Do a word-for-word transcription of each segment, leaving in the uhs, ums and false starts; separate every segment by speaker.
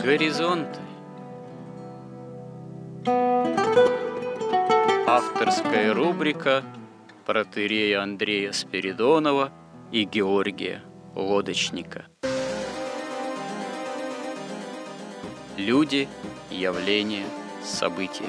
Speaker 1: Горизонты. Авторская рубрика протоиерея Андрея Спиридонова и Георгия Лодочника. Люди, явления, события.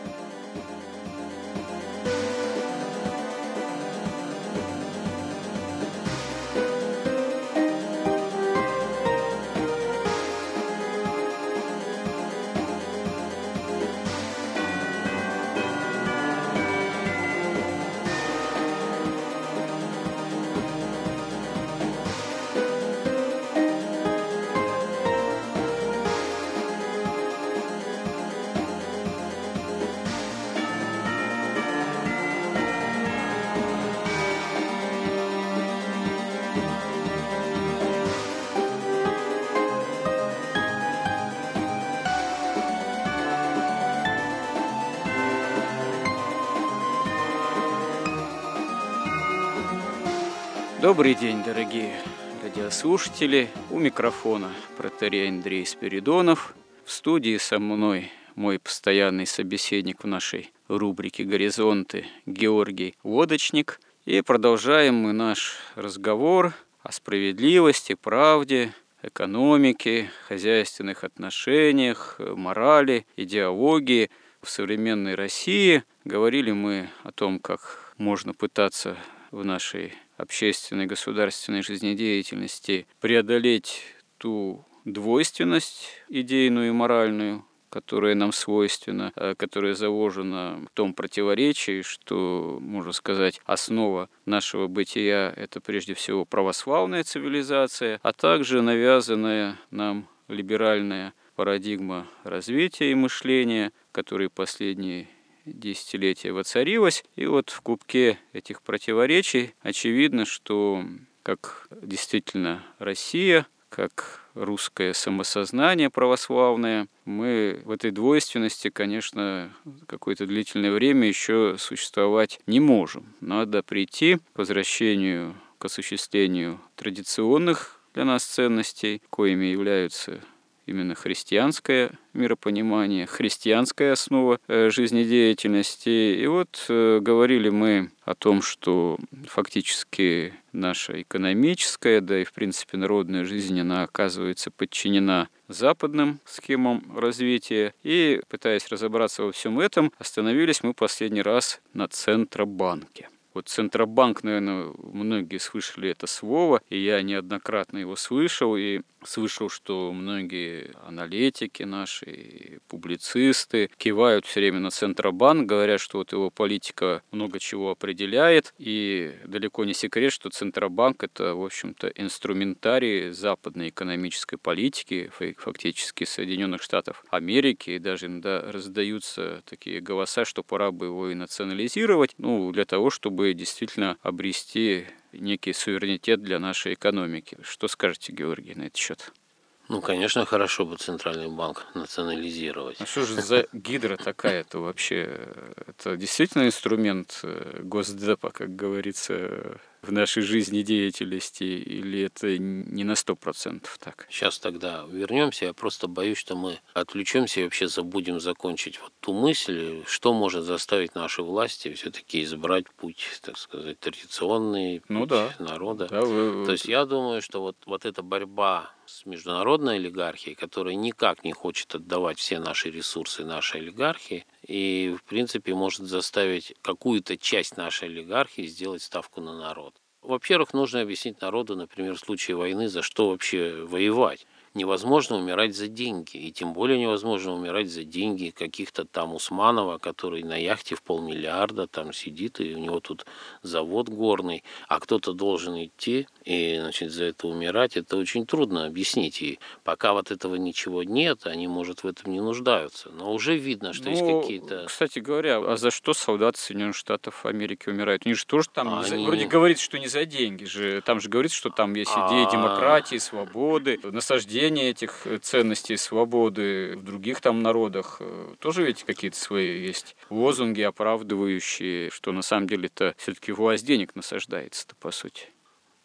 Speaker 1: Добрый день, дорогие радиослушатели. У микрофона протоиерей Андрей Спиридонов. В студии со мной мой постоянный собеседник в нашей рубрике «Горизонты» Георгий Лодочник. И продолжаем мы наш разговор о справедливости, правде, экономике, хозяйственных отношениях, морали, идеологии в современной России. Говорили мы о том, как можно пытаться в нашей общественной, государственной жизнедеятельности преодолеть ту двойственность идейную и моральную, которая нам свойственна, которая заложена в том противоречии, что, можно сказать, основа нашего бытия – это прежде всего православная цивилизация, а также навязанная нам либеральная парадигма развития и мышления, которая последние десятилетия воцарилась. И вот в клубке этих противоречий очевидно, что как действительно Россия, как русское самосознание православное, мы в этой двойственности, конечно, какое-то длительное время еще существовать не можем. Надо прийти к возвращению, к осуществлению традиционных для нас ценностей, коими являются именно христианское миропонимание, христианская основа жизнедеятельности. И вот э, говорили мы о том, что фактически наша экономическая, да и в принципе народная жизнь, она оказывается подчинена западным схемам развития. И, пытаясь разобраться во всем этом, остановились мы последний раз на Центробанке. Вот Центробанк, наверное, многие слышали это слово, и я неоднократно его слышал, и слышал, что многие аналитики наши, публицисты кивают все время на Центробанк, говорят, что вот его политика много чего определяет, и далеко не секрет, что Центробанк – это, в общем-то, инструментарий западной экономической политики, фактически Соединенных Штатов Америки, и даже иногда раздаются такие голоса, что пора бы его и национализировать, ну, для того, чтобы действительно обрести некий суверенитет для нашей экономики. Что скажете, Георгий, на этот счет?
Speaker 2: Ну, конечно, хорошо бы Центральный банк национализировать.
Speaker 1: А что же за гидра такая-то вообще? Это действительно инструмент Госдепа, как говорится, в нашей жизнедеятельности, или это не на сто процентов так?
Speaker 2: Сейчас тогда вернемся. Я просто боюсь, что мы отвлечемся и вообще забудем закончить вот ту мысль, что может заставить наши власти все-таки избрать путь, так сказать, традиционный, путь
Speaker 1: ну, да.
Speaker 2: народа.
Speaker 1: Да, вы...
Speaker 2: То есть я думаю, что вот, вот эта борьба с международной олигархией, которая никак не хочет отдавать все наши ресурсы нашей олигархии, и, в принципе, может заставить какую-то часть нашей олигархии сделать ставку на народ. Во-первых, нужно объяснить народу, например, в случае войны, за что вообще воевать. Невозможно умирать за деньги, и тем более невозможно умирать за деньги каких-то там Усманова, который на яхте в полмиллиарда там сидит, и у него тут завод горный, а кто-то должен идти и, значит, за это умирать. Это очень трудно объяснить, и пока вот этого ничего нет, они, может, в этом не нуждаются, но уже видно, что
Speaker 1: ну,
Speaker 2: есть какие-то...
Speaker 1: Кстати говоря, а за что солдаты Соединенных Штатов Америки умирают? Они же тоже там,
Speaker 2: они...
Speaker 1: за... вроде говорится, что не за деньги же, там же говорится, что там есть идея демократии, свободы, насаждения этих ценностей свободы в других там народах. Тоже ведь какие-то свои есть лозунги, оправдывающие, что на самом деле-то все-таки власть денег насаждается-то, по сути.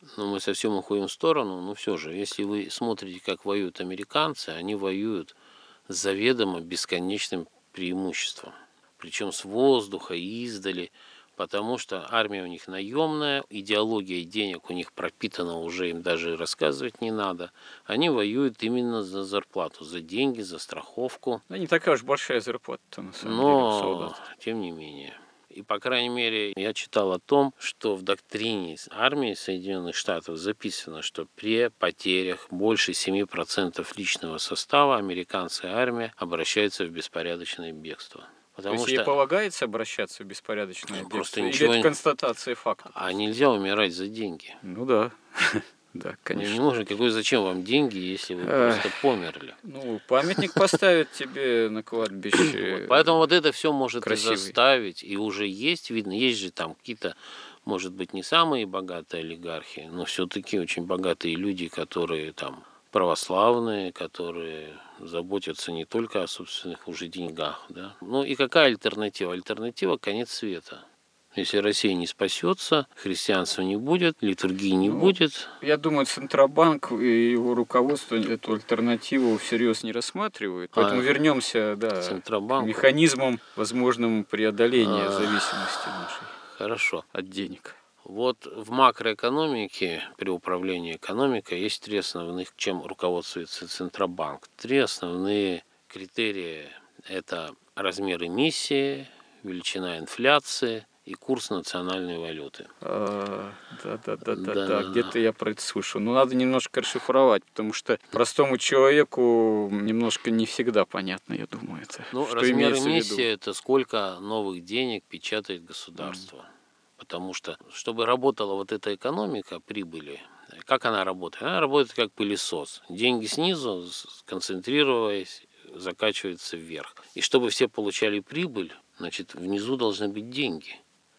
Speaker 2: Но мы совсем уходим в сторону, но все же, если вы смотрите, как воюют американцы, они воюют с заведомо бесконечным преимуществом. Причем с воздуха и издали, потому что армия у них наемная, идеология денег у них пропитана, уже им даже рассказывать не надо. Они воюют именно за зарплату, за деньги, за страховку.
Speaker 1: Да не такая уж большая зарплата на самом деле у
Speaker 2: Но,
Speaker 1: солдат.
Speaker 2: тем не менее. И, по крайней мере, я читал о том, что в доктрине армии Соединенных Штатов записано, что при потерях больше семи процентов личного состава американская армия обращается в беспорядочное бегство.
Speaker 1: То есть ей полагается обращаться в беспорядочное бегство?
Speaker 2: Просто
Speaker 1: Или
Speaker 2: ничего...
Speaker 1: это констатация факта?
Speaker 2: А нельзя умирать за деньги.
Speaker 1: Ну да. Да, конечно.
Speaker 2: Не нужно, какой зачем вам деньги, если вы просто померли?
Speaker 1: Ну, памятник поставят тебе на кладбище.
Speaker 2: Вот, поэтому вот это все может
Speaker 1: красивый.
Speaker 2: И заставить, и уже есть, видно, есть же там какие-то, может быть, не самые богатые олигархи, но все-таки очень богатые люди, которые там православные, которые заботятся не только о собственных уже деньгах, да. Ну и какая альтернатива? Альтернатива – конец света. Если Россия не спасется, христианства не будет, литургии не ну, будет.
Speaker 1: Я думаю, Центробанк и его руководство эту альтернативу всерьез не рассматривают. Поэтому а, вернемся да, к механизмам возможному преодоления а, зависимости нашей
Speaker 2: хорошо.
Speaker 1: От денег.
Speaker 2: Вот в макроэкономике, при управлении экономикой, есть три основных, чем руководствуется Центробанк. Три основные критерия – это размер эмиссии, величина инфляции и курс национальной валюты.
Speaker 1: А, да, да, да, да, да, да. Где-то я про это слышал. Но надо немножко расшифровать, потому что простому человеку немножко не всегда понятно, я думаю, это.
Speaker 2: Ну,
Speaker 1: что
Speaker 2: размер эмиссии – это сколько новых денег печатает государство. Mm. Потому что, чтобы работала вот эта экономика прибыли, как она работает? Она работает как пылесос. Деньги снизу, концентрируясь, закачиваются вверх. И чтобы все получали прибыль, значит, внизу должны быть деньги.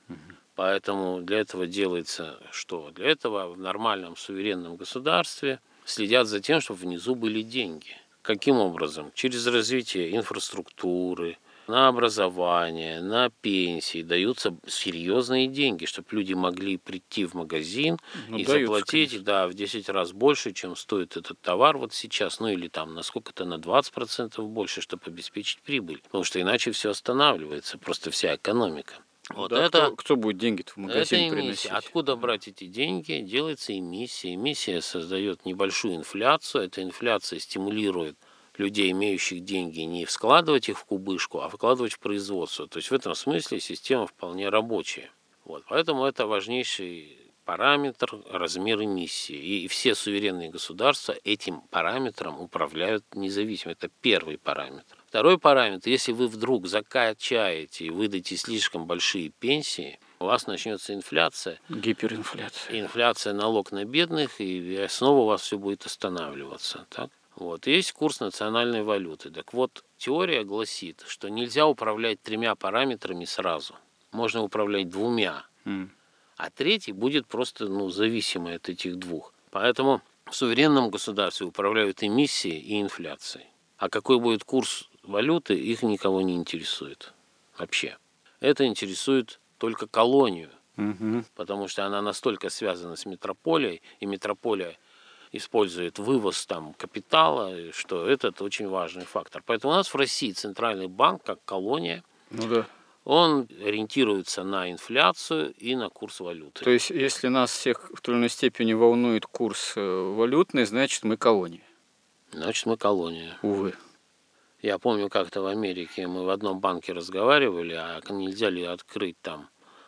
Speaker 2: Поэтому для этого делается что? Для этого в нормальном суверенном государстве следят за тем, чтобы внизу были деньги. Каким образом? Через развитие инфраструктуры, на образование, на пенсии даются серьезные деньги, чтобы люди могли прийти в магазин ну, и даются, заплатить да, в десять раз больше, чем стоит этот товар вот сейчас, ну или там на сколько-то, на двадцать процентов больше, чтобы обеспечить прибыль. Потому что иначе все останавливается, просто вся экономика. Вот
Speaker 1: да,
Speaker 2: это,
Speaker 1: кто, кто будет деньги-то в магазин это приносить?
Speaker 2: Откуда брать эти деньги? Делается эмиссия. Эмиссия создает небольшую инфляцию. Эта инфляция стимулирует людей, имеющих деньги, не складывать их в кубышку, а вкладывать в производство. То есть в этом смысле система вполне рабочая. Вот. Поэтому это важнейший параметр размер эмиссии. И все суверенные государства этим параметром управляют независимо. Это первый параметр. Второй параметр, если вы вдруг закачаете и выдадите слишком большие пенсии, у вас начнется инфляция.
Speaker 1: Гиперинфляция.
Speaker 2: Инфляция, налог на бедных, и снова у вас все будет останавливаться. Так? Вот. Есть курс национальной валюты. Так вот, теория гласит, что нельзя управлять тремя параметрами сразу. Можно управлять двумя. Mm. А третий будет просто ну, зависимый от этих двух. Поэтому в суверенном государстве управляют эмиссией и инфляцией. А какой будет курс валюты, их никого не интересует вообще. Это интересует только колонию,
Speaker 1: угу.
Speaker 2: потому что она настолько связана с метрополией, и метрополия использует вывоз там капитала, что этот очень важный фактор. Поэтому у нас в России Центральный банк, как колония,
Speaker 1: ну да.
Speaker 2: он ориентируется на инфляцию и на курс валюты.
Speaker 1: То есть, если нас всех в той или иной степени волнует курс валютный, значит, мы колония.
Speaker 2: Значит, мы колония.
Speaker 1: Увы.
Speaker 2: Я помню, как-то в Америке мы в одном банке разговаривали, а нельзя ли открыть там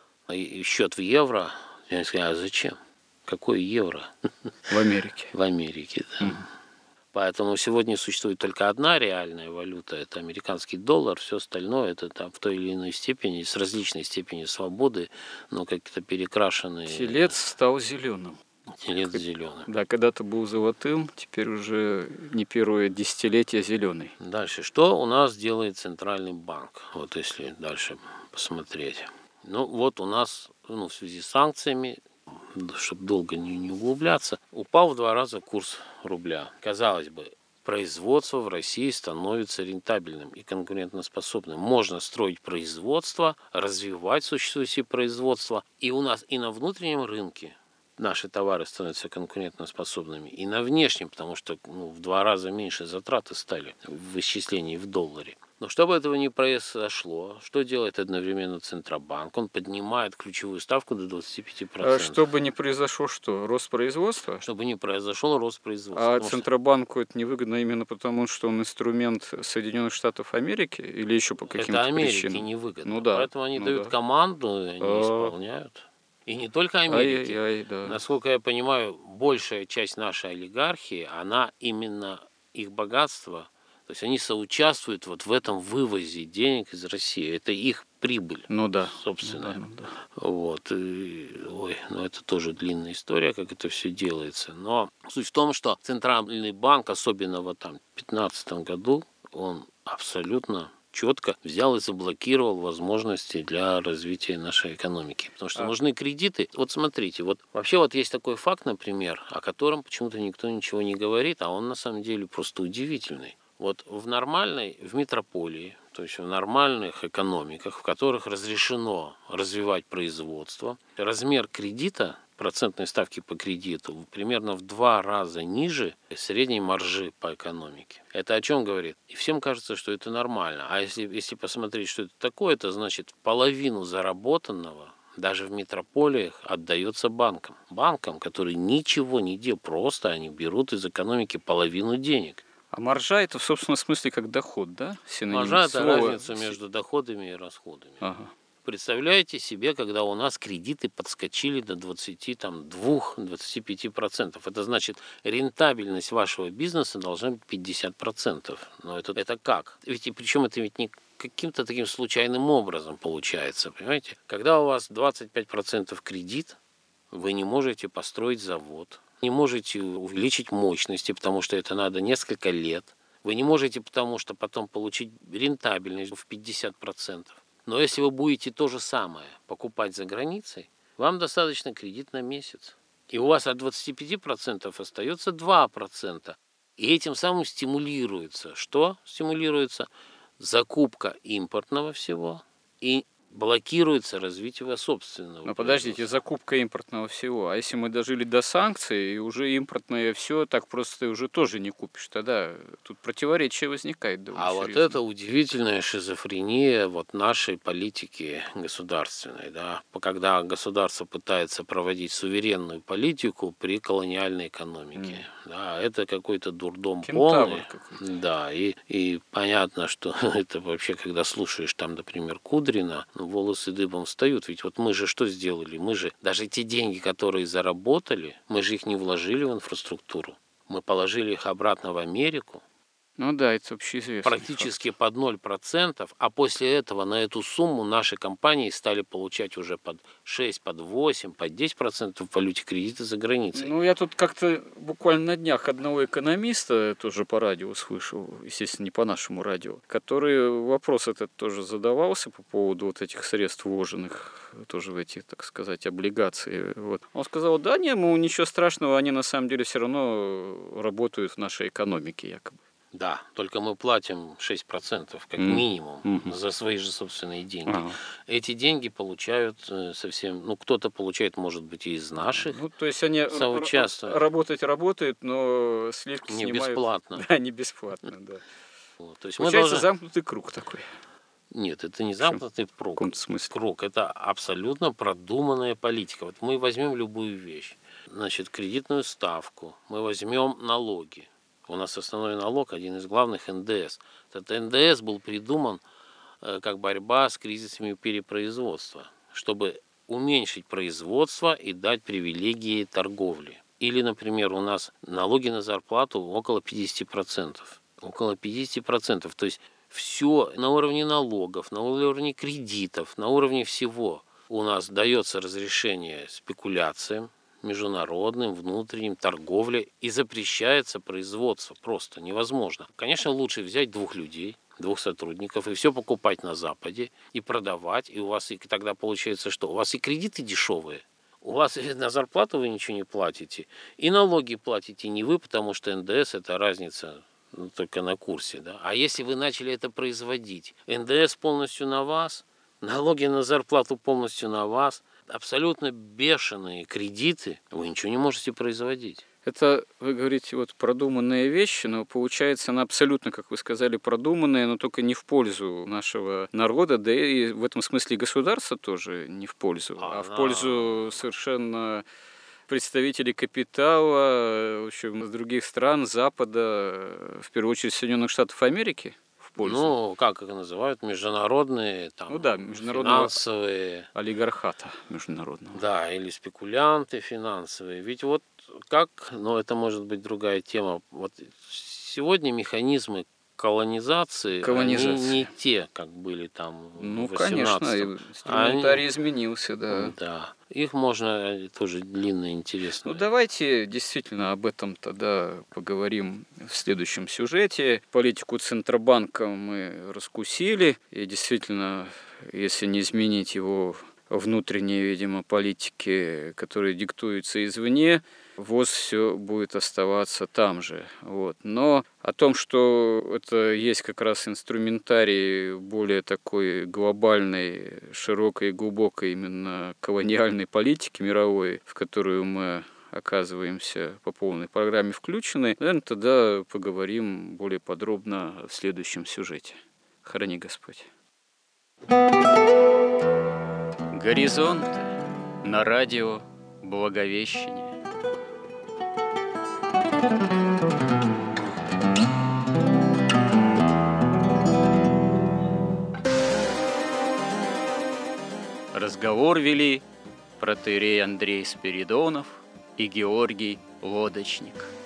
Speaker 2: счет в евро. Я сказал, а зачем? Какой евро?
Speaker 1: В Америке.
Speaker 2: В Америке, да. Mm. Поэтому сегодня существует только одна реальная валюта, это американский доллар, все остальное это там в той или иной степени, с различной степенью свободы, но как-то перекрашенные.
Speaker 1: Телец стал зеленым.
Speaker 2: Телец зеленый.
Speaker 1: Да, когда-то был золотым, теперь уже не первое десятилетие зеленый.
Speaker 2: Дальше. Что у нас делает Центральный банк? Вот если дальше посмотреть. Ну вот у нас ну, в связи с санкциями, чтобы долго не, не углубляться, упал в два раза курс рубля. Казалось бы, производство в России становится рентабельным и конкурентоспособным. Можно строить производство, развивать существующее производство. И у нас и на внутреннем рынке наши товары становятся конкурентоспособными, и на внешнем, потому что ну, в два раза меньше затраты стали в исчислении в долларе. Но чтобы этого не произошло, что делает одновременно Центробанк? Он поднимает ключевую ставку до двадцати пяти процентов.
Speaker 1: А чтобы не произошло что? Рост производства?
Speaker 2: Чтобы не произошел рост производства.
Speaker 1: А Центробанку что... это невыгодно именно потому, что он инструмент Соединенных Штатов Америки или еще по каким-то
Speaker 2: причинам? Это Америке
Speaker 1: причинам?
Speaker 2: невыгодно.
Speaker 1: Ну, да.
Speaker 2: Поэтому они
Speaker 1: ну,
Speaker 2: дают
Speaker 1: да.
Speaker 2: команду, и они А-а-а. исполняют. И не только Америки.
Speaker 1: Ай-яй-яй, да.
Speaker 2: Насколько я понимаю, большая часть нашей олигархии, она именно их богатство. То есть они соучаствуют вот в этом вывозе денег из России. Это их прибыль,
Speaker 1: ну, да.
Speaker 2: собственно.
Speaker 1: Ну, да, ну, да.
Speaker 2: Вот. И, ой, ну это тоже длинная история, как это все делается. Но суть в том, что Центральный банк, особенно вот там в две тысячи пятнадцатом году, он абсолютно четко взял и заблокировал возможности для развития нашей экономики. Потому что а. нужны кредиты. Вот смотрите, вот вообще вот есть такой факт, например, о котором почему-то никто ничего не говорит, а он на самом деле просто удивительный. Вот в нормальной, в метрополии, то есть в нормальных экономиках, в которых разрешено развивать производство, размер кредита, процентной ставки по кредиту примерно в два раза ниже средней маржи по экономике. Это о чем говорит? И всем кажется, что это нормально. А если, если посмотреть, что это такое, это значит половину заработанного даже в метрополиях отдается банкам. Банкам, которые ничего не делают, просто они берут из экономики половину денег.
Speaker 1: А маржа это в собственном смысле как доход, да?
Speaker 2: Синоним маржа это слова... разница между доходами и расходами.
Speaker 1: Ага.
Speaker 2: Представляете себе, когда у нас кредиты подскочили до двадцати двух - двадцати пяти процентов. Это значит, рентабельность вашего бизнеса должна быть пятьдесят процентов. Но это, это как? Ведь и причем это ведь не каким-то таким случайным образом получается, понимаете? Когда у вас двадцать пять процентов кредит, вы не можете построить завод, не можете увеличить мощности, потому что это надо несколько лет. Вы не можете, потому что потом получить рентабельность в пятьдесят процентов. Но если вы будете то же самое покупать за границей, вам достаточно кредит на месяц. И у вас от двадцати пяти процентов остается два процента. И этим самым стимулируется. Что стимулируется? Закупка импортного всего и блокируется развитие собственного.
Speaker 1: Но подождите, закупка импортного всего. А если мы дожили до санкций, и уже импортное все, так просто ты уже тоже не купишь. Тогда тут противоречие возникает.
Speaker 2: А серьезно. Вот это удивительная шизофрения вот нашей политики государственной. Да? Когда государство пытается проводить суверенную политику при колониальной экономике. Mm. Да, это какой-то дурдом полный. Да, и, и понятно, что это вообще, когда слушаешь там, например, Кудрина, волосы дыбом встают. Ведь вот мы же что сделали? Мы же даже те деньги, которые заработали, мы же их не вложили в инфраструктуру. Мы положили их обратно в Америку.
Speaker 1: Ну да, это общеизвестно.
Speaker 2: Практически факт. Под ноль процентов. А после этого на эту сумму наши компании стали получать уже под шесть, под восемь, под десять процентов в валюте кредиты за границей.
Speaker 1: Ну, я тут как-то буквально на днях одного экономиста тоже по радио слышал, естественно, не по нашему радио, который вопрос этот тоже задавался по поводу вот этих средств вложенных тоже в эти, так сказать, облигации. Вот. Он сказал, да, не, ну, ничего страшного, они на самом деле все равно работают в нашей экономике якобы.
Speaker 2: Да, только мы платим шесть процентов как mm. минимум mm-hmm. за свои же собственные деньги. Uh-huh. Эти деньги получают совсем, ну кто-то получает, может быть, и из наших.
Speaker 1: Ну, то есть они соучаствуют. Работать работают, но сливки
Speaker 2: не
Speaker 1: снимают.
Speaker 2: Бесплатно.
Speaker 1: Да, не бесплатно, да.
Speaker 2: Вот, то есть
Speaker 1: получается
Speaker 2: мы должны...
Speaker 1: замкнутый круг такой.
Speaker 2: Нет, это не замкнутый круг.
Speaker 1: В каком-то смысле.
Speaker 2: Круг. Это абсолютно продуманная политика. Вот мы возьмем любую вещь, значит, кредитную ставку, мы возьмем налоги. У нас основной налог, один из главных, эн дэ эс. Этот эн дэ эс был придуман э, как борьба с кризисами перепроизводства, чтобы уменьшить производство и дать привилегии торговли. Или, например, у нас налоги на зарплату около пятьдесят процентов. Около пятьдесят процентов. То есть все на уровне налогов, на уровне кредитов, на уровне всего у нас дается разрешение спекуляциям, международным, внутренним, торговле, и запрещается производство. Просто невозможно. Конечно, лучше взять двух людей, двух сотрудников, и все покупать на Западе, и продавать, и у вас и тогда получается что? У вас и кредиты дешевые, у вас и на зарплату вы ничего не платите, и налоги платите не вы, потому что эн дэ эс – это разница ну, только на курсе. Да? А если вы начали это производить, эн дэ эс полностью на вас, налоги на зарплату полностью на вас, абсолютно бешеные кредиты, вы ничего не можете производить.
Speaker 1: Это, вы говорите, вот продуманные вещи, но получается она абсолютно, как вы сказали, продуманная, но только не в пользу нашего народа, да и в этом смысле государства тоже не в пользу, а,
Speaker 2: Она...
Speaker 1: в пользу совершенно представителей капитала, в общем, из других стран, Запада, в первую очередь Соединенных Штатов Америки. Пользу.
Speaker 2: Ну, как их называют, международные, там,
Speaker 1: ну, да, международного
Speaker 2: финансовые...
Speaker 1: олигархата международного.
Speaker 2: Да, или спекулянты финансовые. Ведь вот как, но это может быть другая тема, вот сегодня механизмы колонизации,
Speaker 1: Колонизация.
Speaker 2: они не те, как были там
Speaker 1: ну,
Speaker 2: в восемнадцатом.
Speaker 1: конечно, инструментарий
Speaker 2: они...
Speaker 1: изменился, да.
Speaker 2: Да, их можно тоже длинно и интересно.
Speaker 1: Ну, давайте действительно об этом тогда поговорим в следующем сюжете. Политику Центробанка мы раскусили, и действительно, если не изменить его внутренние, видимо, политики, которые диктуются извне, ВОЗ все будет оставаться там же. Вот. Но о том, что это есть как раз инструментарий более такой глобальной, широкой и глубокой именно колониальной политики мировой, в которую мы оказываемся по полной программе включены, наверное, тогда поговорим более подробно в следующем сюжете. Храни Господь. Горизонты на радио Благовещение. Разговор вели протоиерей Андрей Спиридонов и Георгий Лодочник.